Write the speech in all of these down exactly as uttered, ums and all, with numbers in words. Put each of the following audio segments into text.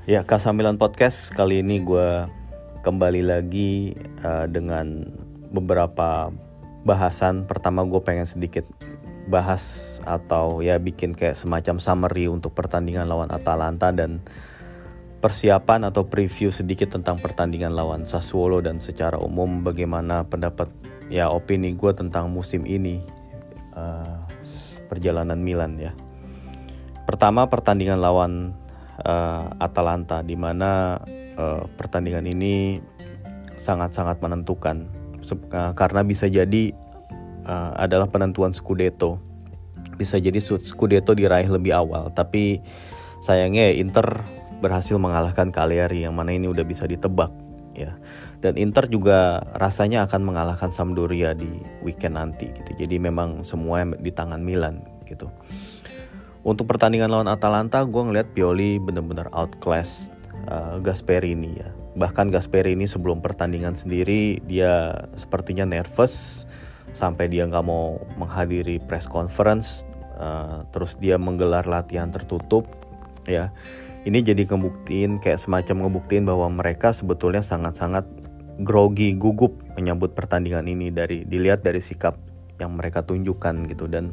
Ya, Kasamilan Podcast kali ini gue kembali lagi uh, dengan beberapa bahasan. Pertama gue pengen sedikit bahas atau ya bikin kayak semacam summary untuk pertandingan lawan Atalanta dan persiapan atau preview sedikit tentang pertandingan lawan Sassuolo dan secara umum bagaimana pendapat ya opini gue tentang musim ini uh, perjalanan Milan ya. Pertama pertandingan lawan Uh, Atalanta, di mana uh, pertandingan ini sangat-sangat menentukan Sep- uh, karena bisa jadi uh, adalah penentuan Scudetto. Bisa jadi Scudetto diraih lebih awal, tapi sayangnya Inter berhasil mengalahkan Cagliari yang mana ini udah bisa ditebak ya. Dan Inter juga rasanya akan mengalahkan Sampdoria di weekend nanti gitu. Jadi memang semuanya di tangan Milan gitu. Untuk pertandingan lawan Atalanta, gue ngeliat Pioli benar-benar outclass uh, Gasperini ya. Bahkan Gasperini sebelum pertandingan sendiri dia sepertinya nervous sampai dia nggak mau menghadiri press conference. Uh, terus dia menggelar latihan tertutup ya. Ini jadi ngebuktiin kayak semacam ngebuktiin bahwa mereka sebetulnya sangat-sangat grogi, gugup menyambut pertandingan ini dari dilihat dari sikap yang mereka tunjukkan gitu. Dan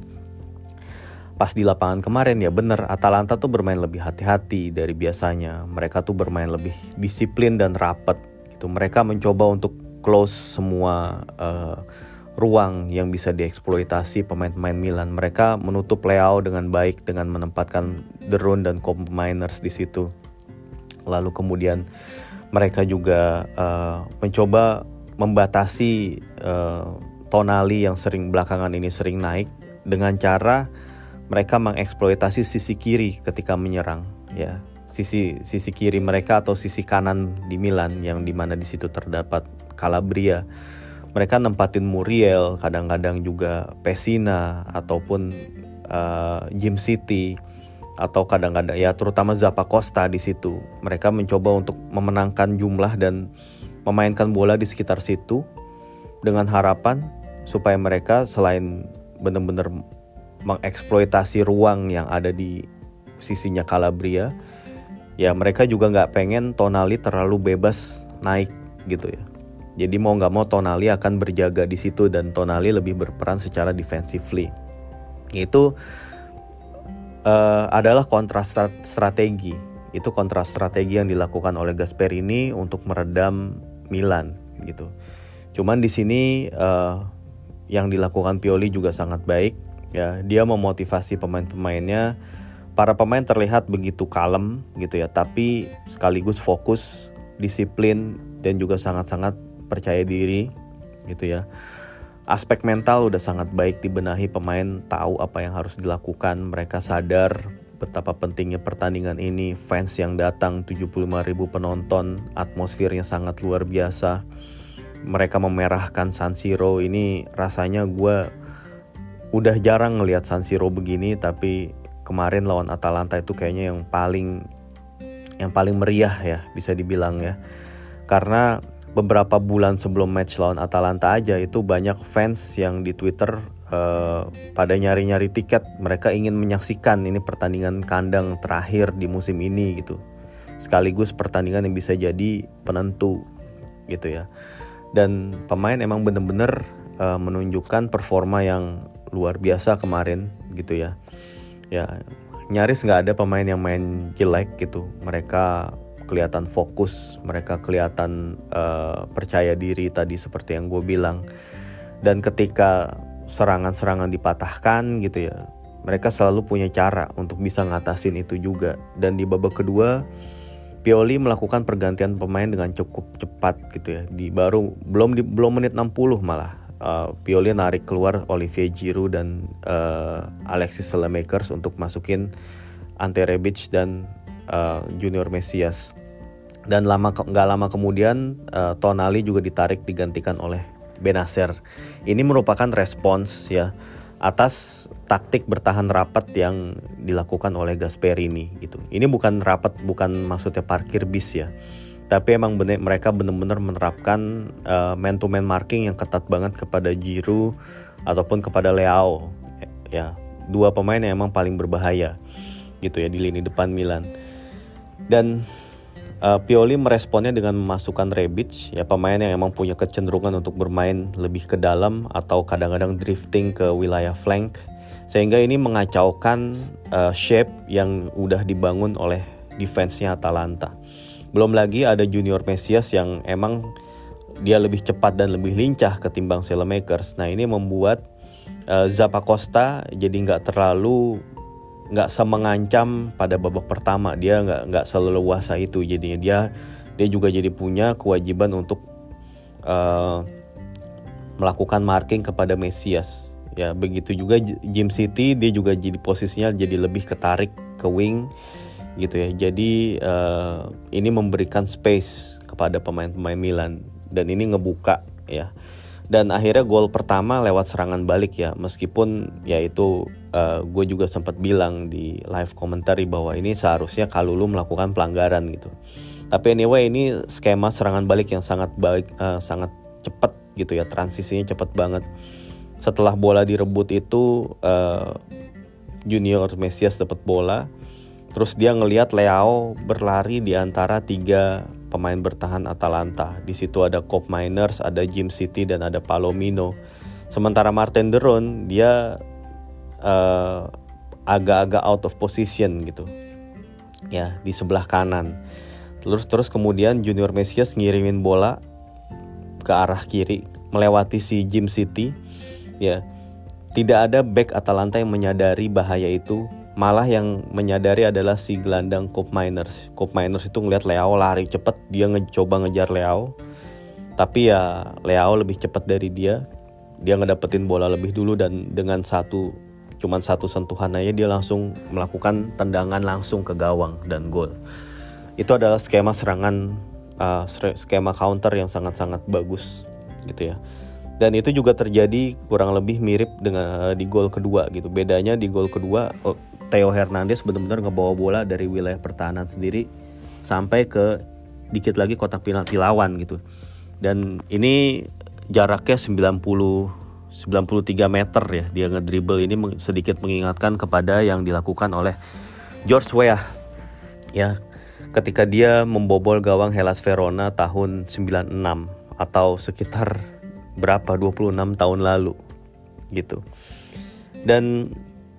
pas di lapangan kemarin ya bener, Atalanta tuh bermain lebih hati-hati dari biasanya. Mereka tuh bermain lebih disiplin dan rapat gitu. Mereka mencoba untuk close semua uh, ruang yang bisa dieksploitasi pemain-pemain Milan. Mereka menutup Leao dengan baik dengan menempatkan De Roon dan co-miners di situ. Lalu kemudian mereka juga uh, mencoba membatasi uh, Tonali yang sering belakangan ini sering naik dengan cara mereka mengeksploitasi sisi kiri ketika menyerang ya. Sisi sisi kiri mereka atau sisi kanan di Milan yang dimana di situ terdapat Calabria. Mereka nempatin Muriel, kadang-kadang juga Pessina ataupun uh, Jim City atau kadang-kadang ya terutama Zappacosta di situ. Mereka mencoba untuk memenangkan jumlah dan memainkan bola di sekitar situ dengan harapan supaya mereka selain benar-benar mengeksploitasi ruang yang ada di sisinya Calabria, ya mereka juga nggak pengen Tonali terlalu bebas naik gitu ya. Jadi mau nggak mau Tonali akan berjaga di situ dan Tonali lebih berperan secara defensively. Itu uh, adalah kontra strategi. Itu kontra strategi yang dilakukan oleh Gasperini untuk meredam Milan gitu. Cuman di sini uh, yang dilakukan Pioli juga sangat baik. Ya, dia memotivasi pemain-pemainnya. Para pemain terlihat begitu kalem gitu ya, tapi sekaligus fokus, disiplin dan juga sangat-sangat percaya diri gitu ya. Aspek mental udah sangat baik dibenahi, pemain tahu apa yang harus dilakukan. Mereka sadar betapa pentingnya pertandingan ini, fans yang datang tujuh puluh lima ribu penonton, atmosfernya sangat luar biasa. Mereka memerahkan San Siro, ini rasanya gue udah jarang ngelihat San Siro begini, tapi kemarin lawan Atalanta itu kayaknya yang paling yang paling meriah ya bisa dibilang ya. Karena beberapa bulan sebelum match lawan Atalanta aja itu banyak fans yang di Twitter uh, pada nyari-nyari tiket. Mereka ingin menyaksikan ini pertandingan kandang terakhir di musim ini gitu. Sekaligus pertandingan yang bisa jadi penentu gitu ya. Dan pemain emang bener-bener uh, menunjukkan performa yang luar biasa kemarin gitu ya. Ya nyaris nggak ada pemain yang main jelek gitu. Mereka kelihatan fokus, mereka kelihatan uh, percaya diri tadi seperti yang gue bilang. Dan ketika serangan-serangan dipatahkan gitu ya, mereka selalu punya cara untuk bisa ngatasin itu juga. Dan di babak kedua Pioli melakukan pergantian pemain dengan cukup cepat gitu ya. Di baru belum di belum menit enam puluh malah. Uh, Pioli narik keluar Olivier Giroud dan uh, Alexis Saelemaekers untuk masukin Ante Rebic dan uh, Junior Mesias. Dan lama nggak lama kemudian uh, Tonali juga ditarik digantikan oleh Benacer. Ini merupakan respons ya atas taktik bertahan rapat yang dilakukan oleh Gasperini gitu. Ini bukan rapat, bukan maksudnya parkir bis ya. Tapi emang bener, mereka benar-benar menerapkan uh, man-to-man marking yang ketat banget kepada Giroud ataupun kepada Leao. Ya, dua pemain yang emang paling berbahaya gitu ya di lini depan Milan. Dan Uh, Pioli meresponnya dengan memasukkan Rebic, ya pemain yang emang punya kecenderungan untuk bermain lebih ke dalam atau kadang-kadang drifting ke wilayah flank, sehingga ini mengacaukan uh, shape yang udah dibangun oleh defense-nya Atalanta. Belum lagi ada Junior Mesias yang emang dia lebih cepat dan lebih lincah ketimbang Saelemaekers. Nah ini membuat uh, Zappacosta jadi nggak terlalu nggak semengancam pada babak pertama. Dia nggak nggak seleluasa itu, jadinya dia dia juga jadi punya kewajiban untuk uh, melakukan marking kepada Mesias. Ya begitu juga Jim City, dia juga jadi posisinya jadi lebih ketarik ke wing gitu ya. Jadi uh, ini memberikan space kepada pemain-pemain Milan dan ini ngebuka ya. Dan akhirnya gol pertama lewat serangan balik ya, meskipun ya itu uh, gue juga sempat bilang di live commentary bahwa ini seharusnya Kalulu melakukan pelanggaran gitu. Tapi anyway ini skema serangan balik yang sangat baik, uh, sangat cepat gitu ya, transisinya cepat banget. Setelah bola direbut itu uh, Junior Mesias dapat bola, terus dia ngelihat Leao berlari di antara tiga pemain bertahan Atalanta. Di situ ada Koopmeiners, ada Jim City dan ada Palomino. Sementara Martin de Roon dia uh, agak-agak out of position gitu. Ya, di sebelah kanan. Terus terus kemudian Junior Mesias ngirimin bola ke arah kiri melewati si Jim City. Ya. Tidak ada back Atalanta yang menyadari bahaya itu. Malah yang menyadari adalah si gelandang Koopmeiners. Koopmeiners itu ngeliat Leao lari cepet, dia ngecoba ngejar Leao. Tapi ya Leao lebih cepat dari dia. Dia ngedapetin bola lebih dulu dan dengan satu cuman satu sentuhan aja dia langsung melakukan tendangan langsung ke gawang dan gol. Itu adalah skema serangan, uh, skema counter yang sangat-sangat bagus gitu ya. Dan itu juga terjadi kurang lebih mirip dengan uh, di gol kedua gitu. Bedanya di gol kedua uh, Theo Hernandez benar-benar ngebawa bola dari wilayah pertahanan sendiri sampai ke dikit lagi kotak penalti lawan gitu. Dan ini jaraknya sembilan puluh sembilan puluh tiga meter ya. Dia ngedribble ini sedikit mengingatkan kepada yang dilakukan oleh George Weah ya ketika dia membobol gawang Hellas Verona tahun sembilan puluh enam atau sekitar berapa dua puluh enam tahun lalu gitu. Dan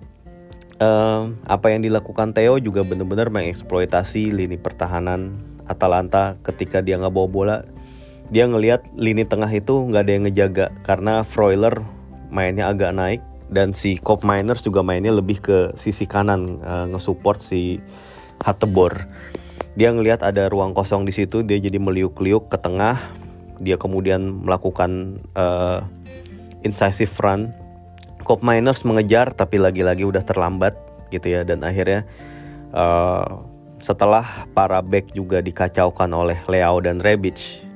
Uh, apa yang dilakukan Theo juga benar-benar mengeksploitasi lini pertahanan Atalanta ketika dia nggak bawa bola. Dia ngelihat lini tengah itu nggak ada yang ngejaga karena Freuler mainnya agak naik dan si Koopmeiners juga mainnya lebih ke sisi kanan uh, nge-support si Hateboer. Dia ngelihat ada ruang kosong di situ, dia jadi meliuk-liuk ke tengah. Dia kemudian melakukan uh, incisive run. Koopmeiners mengejar tapi lagi-lagi udah terlambat gitu ya, dan akhirnya uh, setelah para back juga dikacaukan oleh Leao dan Rebic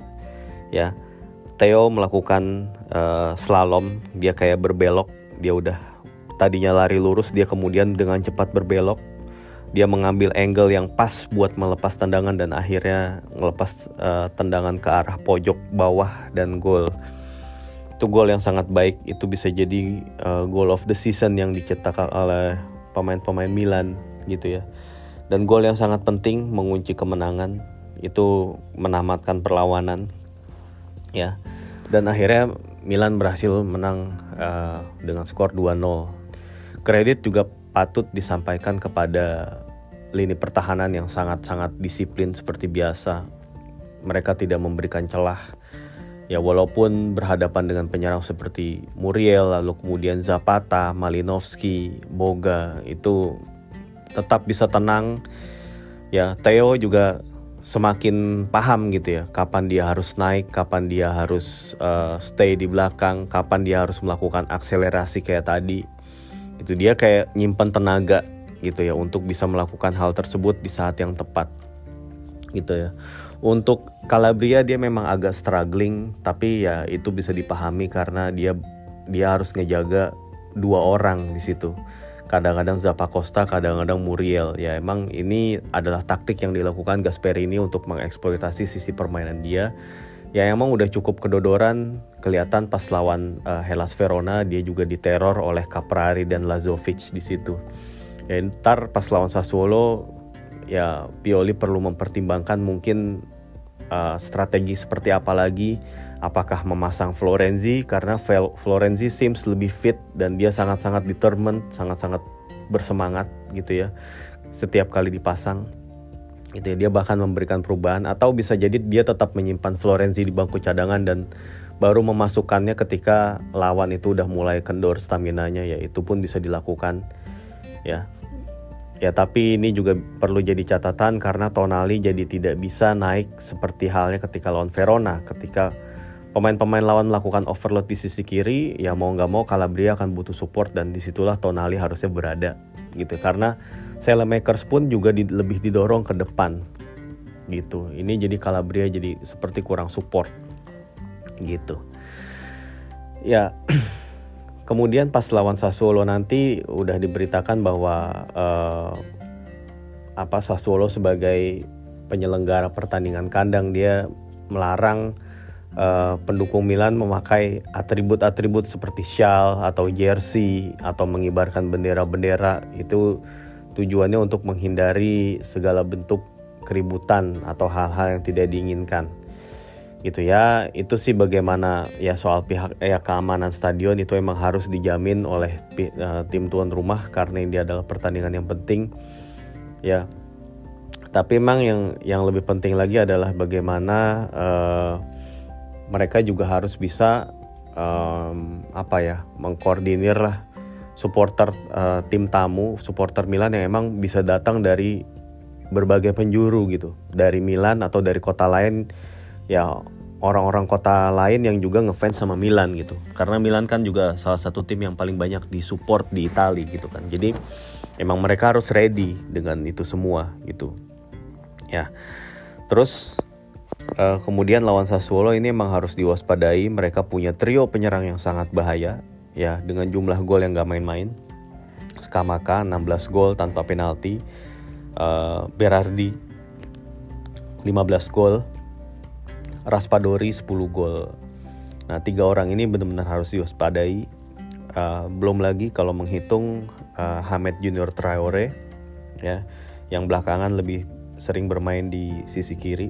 ya, Theo melakukan uh, slalom. Dia kayak berbelok, dia udah tadinya lari lurus, dia kemudian dengan cepat berbelok. Dia mengambil angle yang pas buat melepas tendangan dan akhirnya melepas uh, tendangan ke arah pojok bawah dan gol. Itu gol yang sangat baik, itu bisa jadi uh, goal of the season yang dicetak oleh pemain-pemain Milan gitu ya. Dan gol yang sangat penting mengunci kemenangan, itu menamatkan perlawanan ya. Dan akhirnya Milan berhasil menang uh, dengan skor dua nol. Kredit juga patut disampaikan kepada lini pertahanan yang sangat-sangat disiplin seperti biasa. Mereka tidak memberikan celah. Ya walaupun berhadapan dengan penyerang seperti Muriel, lalu kemudian Zapata, Malinowski, Boga, itu tetap bisa tenang. Ya Theo juga semakin paham gitu ya, kapan dia harus naik, kapan dia harus uh, stay di belakang, kapan dia harus melakukan akselerasi kayak tadi. Itu dia kayak nyimpen tenaga gitu ya untuk bisa melakukan hal tersebut di saat yang tepat gitu ya. Untuk Calabria dia memang agak struggling, tapi ya itu bisa dipahami karena dia dia harus ngejaga dua orang di situ. Kadang-kadang Zappacosta, kadang-kadang Muriel. Ya emang ini adalah taktik yang dilakukan Gasperini untuk mengeksploitasi sisi permainan dia. Ya emang udah cukup kedodoran, kelihatan pas lawan uh, Hellas Verona dia juga diteror oleh Caprari dan Lazovic di situ. Ya ntar pas lawan Sassuolo ya Pioli perlu mempertimbangkan mungkin uh, strategi seperti apa lagi. Apakah memasang Florenzi, karena Florenzi seems lebih fit dan dia sangat-sangat determined, sangat-sangat bersemangat gitu ya setiap kali dipasang gitu ya. Dia bahkan memberikan perubahan, atau bisa jadi dia tetap menyimpan Florenzi di bangku cadangan dan baru memasukkannya ketika lawan itu udah mulai kendor staminanya, ya itu pun bisa dilakukan ya. Ya tapi ini juga perlu jadi catatan karena Tonali jadi tidak bisa naik seperti halnya ketika lawan Verona. Ketika pemain-pemain lawan melakukan overload di sisi kiri, ya mau nggak mau Calabria akan butuh support, dan disitulah Tonali harusnya berada gitu. Karena Saelemaekers pun juga di, lebih didorong ke depan gitu. Ini jadi Calabria jadi seperti kurang support gitu. Ya. Kemudian pas lawan Sassuolo nanti udah diberitakan bahwa uh, apa Sassuolo sebagai penyelenggara pertandingan kandang, dia melarang uh, pendukung Milan memakai atribut-atribut seperti shawl atau jersey atau mengibarkan bendera-bendera. Itu tujuannya untuk menghindari segala bentuk keributan atau hal-hal yang tidak diinginkan. Gitu ya. Itu sih bagaimana ya soal pihak ya keamanan stadion itu emang harus dijamin oleh uh, tim tuan rumah karena ini adalah pertandingan yang penting ya. Tapi emang yang yang lebih penting lagi adalah bagaimana uh, mereka juga harus bisa um, apa ya mengkoordinir lah supporter uh, tim tamu, supporter Milan yang emang bisa datang dari berbagai penjuru gitu, dari Milan atau dari kota lain, ya orang-orang kota lain yang juga ngefans sama Milan gitu. Karena Milan kan juga salah satu tim yang paling banyak disupport di Italia gitu kan. Jadi emang mereka harus ready dengan itu semua gitu. Ya. Terus uh, kemudian lawan Sassuolo ini emang harus diwaspadai. Mereka punya trio penyerang yang sangat bahaya ya, dengan jumlah gol yang gak main-main. Scamacca enam belas gol tanpa penalti. Uh, Berardi lima belas gol. Raspadori sepuluh gol. Nah, tiga orang ini benar-benar harus diwaspadai. Uh, belum lagi kalau menghitung uh, Hamed Junior Traore ya, yang belakangan lebih sering bermain di sisi kiri.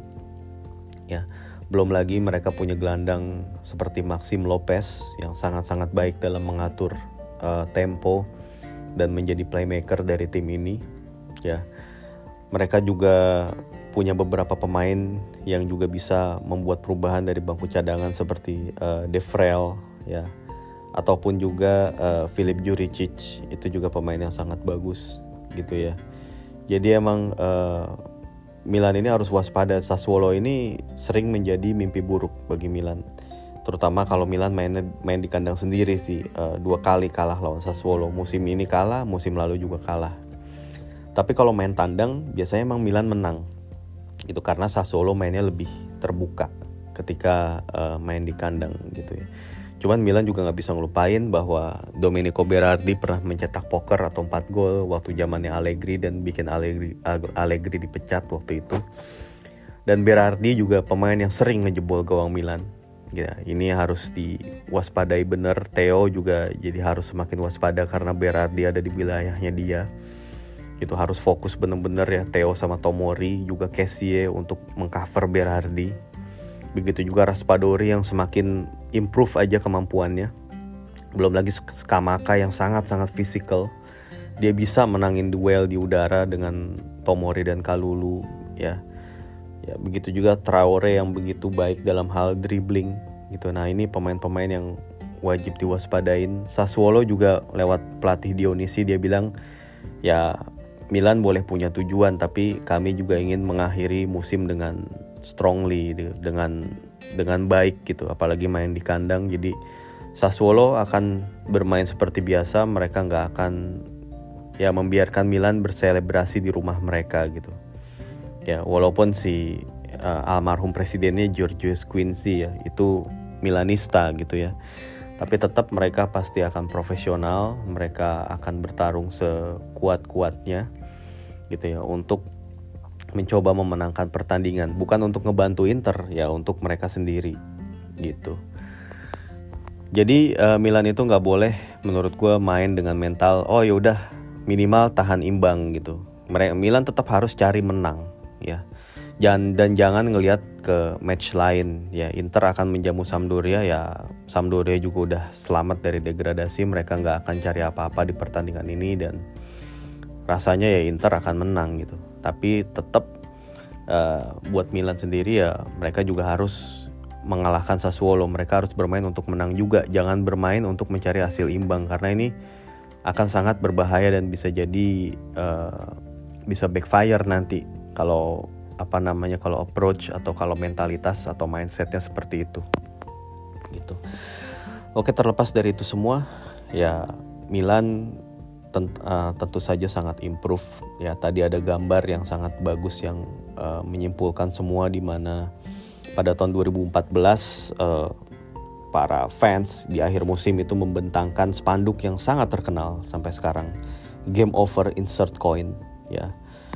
Ya, belum lagi mereka punya gelandang seperti Maxim Lopez yang sangat-sangat baik dalam mengatur uh, tempo dan menjadi playmaker dari tim ini. Ya, mereka juga punya beberapa pemain yang juga bisa membuat perubahan dari bangku cadangan seperti uh, De Vrij ya, ataupun juga uh, Filip Juricic, itu juga pemain yang sangat bagus gitu ya. Jadi emang uh, Milan ini harus waspada. Sassuolo ini sering menjadi mimpi buruk bagi Milan, terutama kalau Milan main main di kandang sendiri sih. Uh, dua kali kalah lawan Sassuolo, musim ini kalah, musim lalu juga kalah. Tapi kalau main tandang biasanya emang Milan menang gitu, karena Sassuolo mainnya lebih terbuka ketika uh, main di kandang gitu ya. Cuman Milan juga nggak bisa ngelupain bahwa Domenico Berardi pernah mencetak poker atau empat gol waktu zamannya Allegri dan bikin Allegri, Allegri dipecat waktu itu. Dan Berardi juga pemain yang sering ngejebol gawang Milan. Ya, ini harus diwaspadai bener. Theo juga jadi harus semakin waspada karena Berardi ada di wilayahnya dia. Itu harus fokus bener-bener ya, Theo sama Tomori juga Kessie untuk mengcover Berardi. Begitu juga Raspadori yang semakin improve aja kemampuannya. Belum lagi Scamacca yang sangat-sangat physical. Dia bisa menangin duel di udara dengan Tomori dan Kalulu ya. Ya begitu juga Traore yang begitu baik dalam hal dribbling gitu. Nah, ini pemain-pemain yang wajib diwaspadain. Sassuolo juga lewat pelatih Dionisi dia bilang ya, Milan boleh punya tujuan, tapi kami juga ingin mengakhiri musim dengan strongly, dengan dengan baik gitu, apalagi main di kandang. Jadi Sassuolo akan bermain seperti biasa, mereka nggak akan ya membiarkan Milan berselebrasi di rumah mereka gitu. Ya walaupun si uh, almarhum presidennya Georgios Quincy ya itu Milanista gitu ya. Tapi tetap mereka pasti akan profesional, mereka akan bertarung sekuat-kuatnya gitu ya untuk mencoba memenangkan pertandingan, bukan untuk ngebantu Inter ya, untuk mereka sendiri gitu. Jadi uh, Milan itu nggak boleh menurut gue main dengan mental oh yaudah minimal tahan imbang gitu. mereka Milan tetap harus cari menang ya. Dan, dan jangan ngelihat ke match lain ya. Inter akan menjamu Sampdoria ya. Sampdoria juga udah selamat dari degradasi, mereka nggak akan cari apa-apa di pertandingan ini dan rasanya ya Inter akan menang gitu. Tapi tetap uh, buat Milan sendiri ya mereka juga harus mengalahkan Sassuolo. Mereka harus bermain untuk menang juga, jangan bermain untuk mencari hasil imbang, karena ini akan sangat berbahaya dan bisa jadi uh, bisa backfire nanti kalau apa namanya kalau approach atau kalau mentalitas atau mindsetnya seperti itu gitu. Oke, terlepas dari itu semua ya Milan tent, uh, tentu saja sangat improve ya. Tadi ada gambar yang sangat bagus yang uh, menyimpulkan semua, di mana pada tahun dua ribu empat belas uh, para fans di akhir musim itu membentangkan spanduk yang sangat terkenal sampai sekarang, game over, insert coin ya.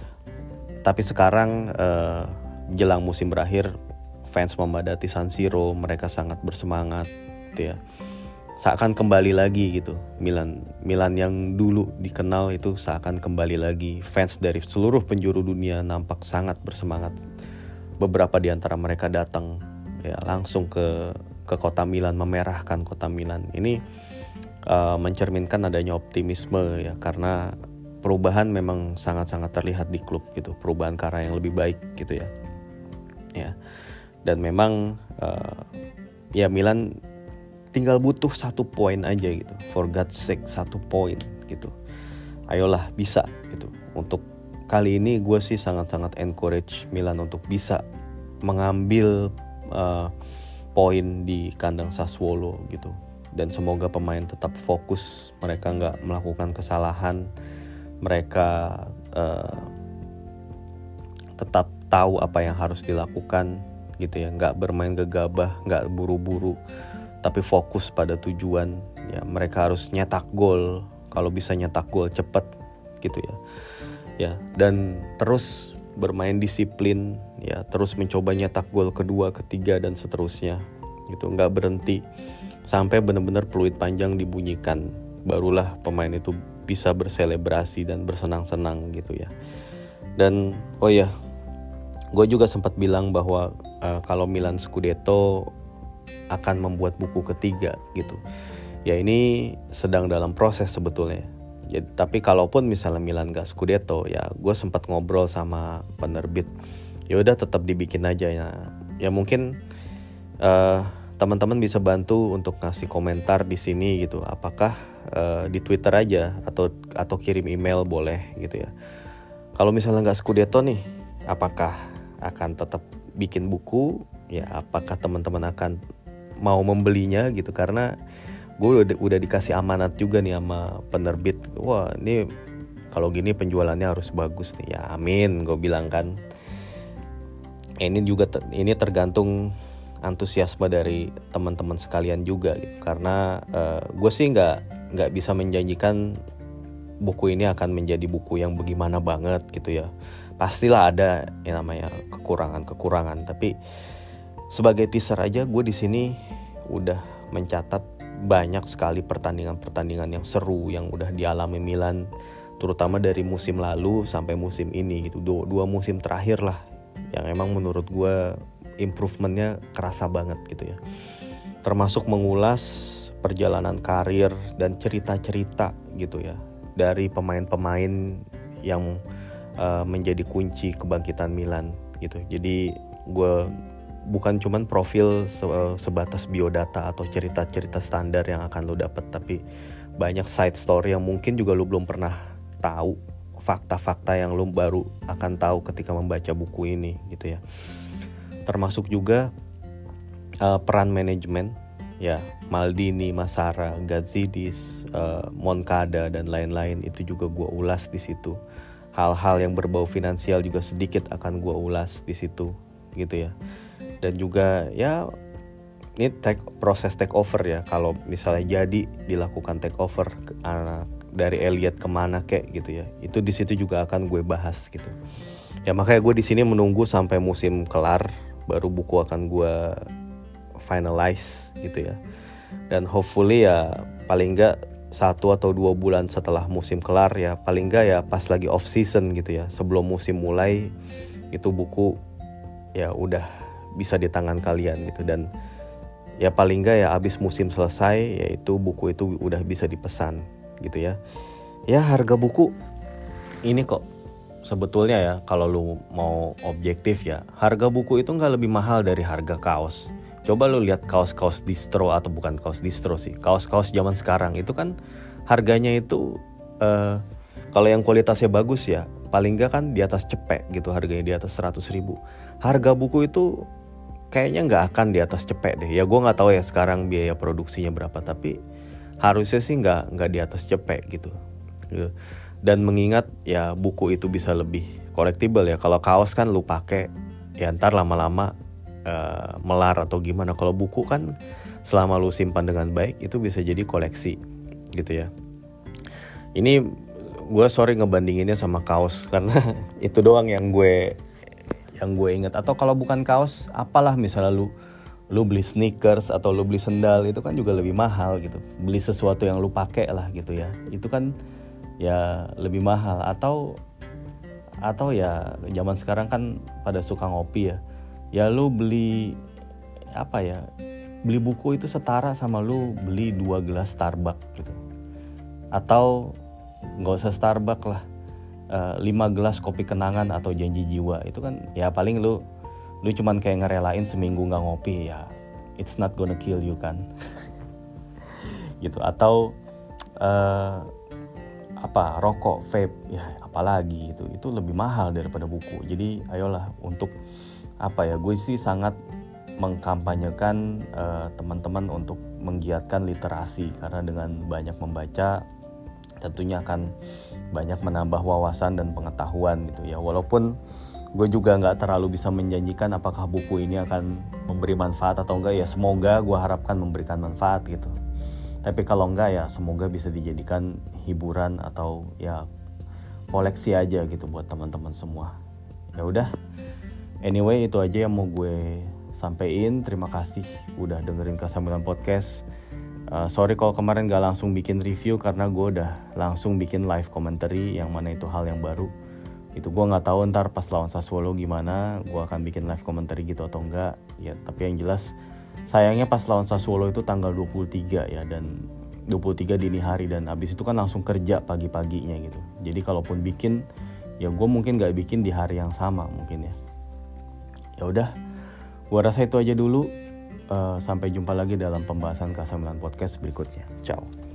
Tapi sekarang uh, jelang musim berakhir, fans memadati San Siro, mereka sangat bersemangat gitu ya. Seakan kembali lagi gitu. Milan Milan yang dulu dikenal itu seakan kembali lagi. Fans dari seluruh penjuru dunia nampak sangat bersemangat. Beberapa di antara mereka datang ya langsung ke ke kota Milan, memerahkan kota Milan. Ini uh, mencerminkan adanya optimisme ya, karena perubahan memang sangat-sangat terlihat di klub gitu, perubahan ke arah yang lebih baik gitu ya. Ya. Dan memang uh, ya Milan tinggal butuh satu poin aja gitu. For God's sake, satu poin gitu. Ayolah, bisa gitu. Untuk kali ini gue sih sangat-sangat encourage Milan untuk bisa mengambil uh, poin di kandang Sassuolo gitu. Dan semoga pemain tetap fokus, mereka nggak melakukan kesalahan. Mereka uh, tetap tahu apa yang harus dilakukan gitu ya, nggak bermain gegabah, nggak buru-buru, tapi fokus pada tujuan ya. Mereka harus nyetak gol, kalau bisa nyetak gol cepat gitu ya ya dan terus bermain disiplin ya, terus mencoba nyetak gol kedua, ketiga dan seterusnya gitu, nggak berhenti sampai benar-benar peluit panjang dibunyikan, barulah pemain itu bisa berselebrasi dan bersenang-senang gitu ya. Dan oh ya, gue juga sempat bilang bahwa uh, kalau Milan Scudetto akan membuat buku ketiga gitu. Ya ini sedang dalam proses sebetulnya. Ya, tapi kalaupun misalnya Milan gak Scudetto, ya gue sempat ngobrol sama penerbit. Ya udah tetap dibikin aja ya. Ya mungkin uh, teman-teman bisa bantu untuk ngasih komentar di sini gitu. Apakah uh, di Twitter aja atau atau kirim email boleh gitu ya. Kalau misalnya nggak Scudetto nih, apakah akan tetap bikin buku? Ya apakah teman-teman akan mau membelinya gitu, karena gue udah, udah dikasih amanat juga nih sama penerbit. Wah ini kalau gini penjualannya harus bagus nih ya, amin gue bilang kan. Ini juga ter, ini tergantung antusiasme dari teman-teman sekalian juga gitu. Karena uh, gue sih nggak nggak bisa menjanjikan buku ini akan menjadi buku yang bagaimana banget gitu ya. Pastilah ada yang namanya kekurangan-kekurangan, tapi sebagai teaser aja gue di sini udah mencatat banyak sekali pertandingan-pertandingan yang seru yang udah dialami Milan, terutama dari musim lalu sampai musim ini gitu. Dua, dua musim terakhir lah yang emang menurut gue improvementnya kerasa banget gitu ya. Termasuk mengulas perjalanan karir dan cerita-cerita gitu ya dari pemain-pemain yang uh, menjadi kunci kebangkitan Milan gitu. Jadi gue bukan cuman profil se- sebatas biodata atau cerita-cerita standar yang akan lo dapet, tapi banyak side story yang mungkin juga lo belum pernah tahu, fakta-fakta yang lo baru akan tahu ketika membaca buku ini gitu ya. Termasuk juga uh, peran manajemen ya, Maldini, Massara, Gazidis, uh, Moncada dan lain-lain itu juga gue ulas di situ. Hal-hal yang berbau finansial juga sedikit akan gue ulas di situ gitu ya. Dan juga ya ini take, proses take over ya, kalau misalnya jadi dilakukan take over uh, dari Elliot kemana kek gitu ya, itu di situ juga akan gue bahas gitu ya. Makanya gue di sini menunggu sampai musim kelar baru buku akan gue finalize gitu ya. Dan hopefully ya paling enggak satu atau dua bulan setelah musim kelar ya, paling enggak ya pas lagi off season gitu ya, sebelum musim mulai itu buku ya udah bisa di tangan kalian gitu. Dan ya paling enggak ya abis musim selesai yaitu buku itu udah bisa dipesan gitu ya. Ya harga buku ini kok sebetulnya ya kalau lu mau objektif ya, harga buku itu nggak lebih mahal dari harga kaos. Coba lu lihat kaos-kaos distro, atau bukan kaos distro sih, kaos-kaos zaman sekarang itu kan harganya itu uh, kalau yang kualitasnya bagus ya paling nggak kan di atas cepek gitu, harganya di atas seratus ribu. Harga buku itu kayaknya nggak akan di atas cepek deh. Ya gue nggak tahu ya sekarang biaya produksinya berapa, tapi harusnya sih nggak nggak di atas cepek gitu. Dan mengingat ya buku itu bisa lebih collectible ya. Kalau kaos kan lu pakai ya ntar lama-lama uh, melar atau gimana. Kalau buku kan selama lu simpan dengan baik itu bisa jadi koleksi gitu ya. Ini gue sorry ngebandinginnya sama kaos karena itu doang yang gue yang gue inget. Atau kalau bukan kaos, apalah misalnya lu lu beli sneakers atau lu beli sendal, itu kan juga lebih mahal gitu. Beli sesuatu yang lu pakai lah gitu ya, itu kan ya lebih mahal. Atau atau ya zaman sekarang kan pada suka ngopi ya, ya lu beli apa ya, beli buku itu setara sama lu beli dua gelas Starbucks gitu. Atau nggak usah Starbucks lah, uh, lima gelas kopi kenangan atau janji jiwa, itu kan ya paling lu lu cuman kayak ngerelain seminggu nggak ngopi ya, it's not gonna kill you kan. Gitu. Atau uh, apa rokok, vape, ya apalagi itu itu lebih mahal daripada buku. Jadi ayolah untuk apa ya, gue sih sangat mengkampanyekan uh, teman-teman untuk menggiatkan literasi, karena dengan banyak membaca tentunya akan banyak menambah wawasan dan pengetahuan gitu ya. Walaupun gue juga nggak terlalu bisa menjanjikan apakah buku ini akan memberi manfaat atau enggak ya. Semoga gue harapkan memberikan manfaat gitu. Tapi kalau enggak ya semoga bisa dijadikan hiburan atau ya koleksi aja gitu buat teman-teman semua. Ya udah. Anyway, itu aja yang mau gue sampein. Terima kasih udah dengerin Kasamilan Podcast. Uh, sorry kalau kemarin gak langsung bikin review karena gue udah langsung bikin live commentary, yang mana itu hal yang baru. Itu gue nggak tahu ntar pas lawan Sassuolo gimana, gue akan bikin live commentary gitu atau enggak. Ya tapi yang jelas sayangnya pas lawan Sassuolo itu tanggal dua puluh tiga ya, dan dua puluh tiga dini hari, dan abis itu kan langsung kerja pagi-paginya gitu. Jadi kalaupun bikin ya gue mungkin nggak bikin di hari yang sama mungkin ya. Ya udah, gue rasa itu aja dulu. Uh, sampai jumpa lagi dalam pembahasan Kasamilan Podcast berikutnya. Ciao.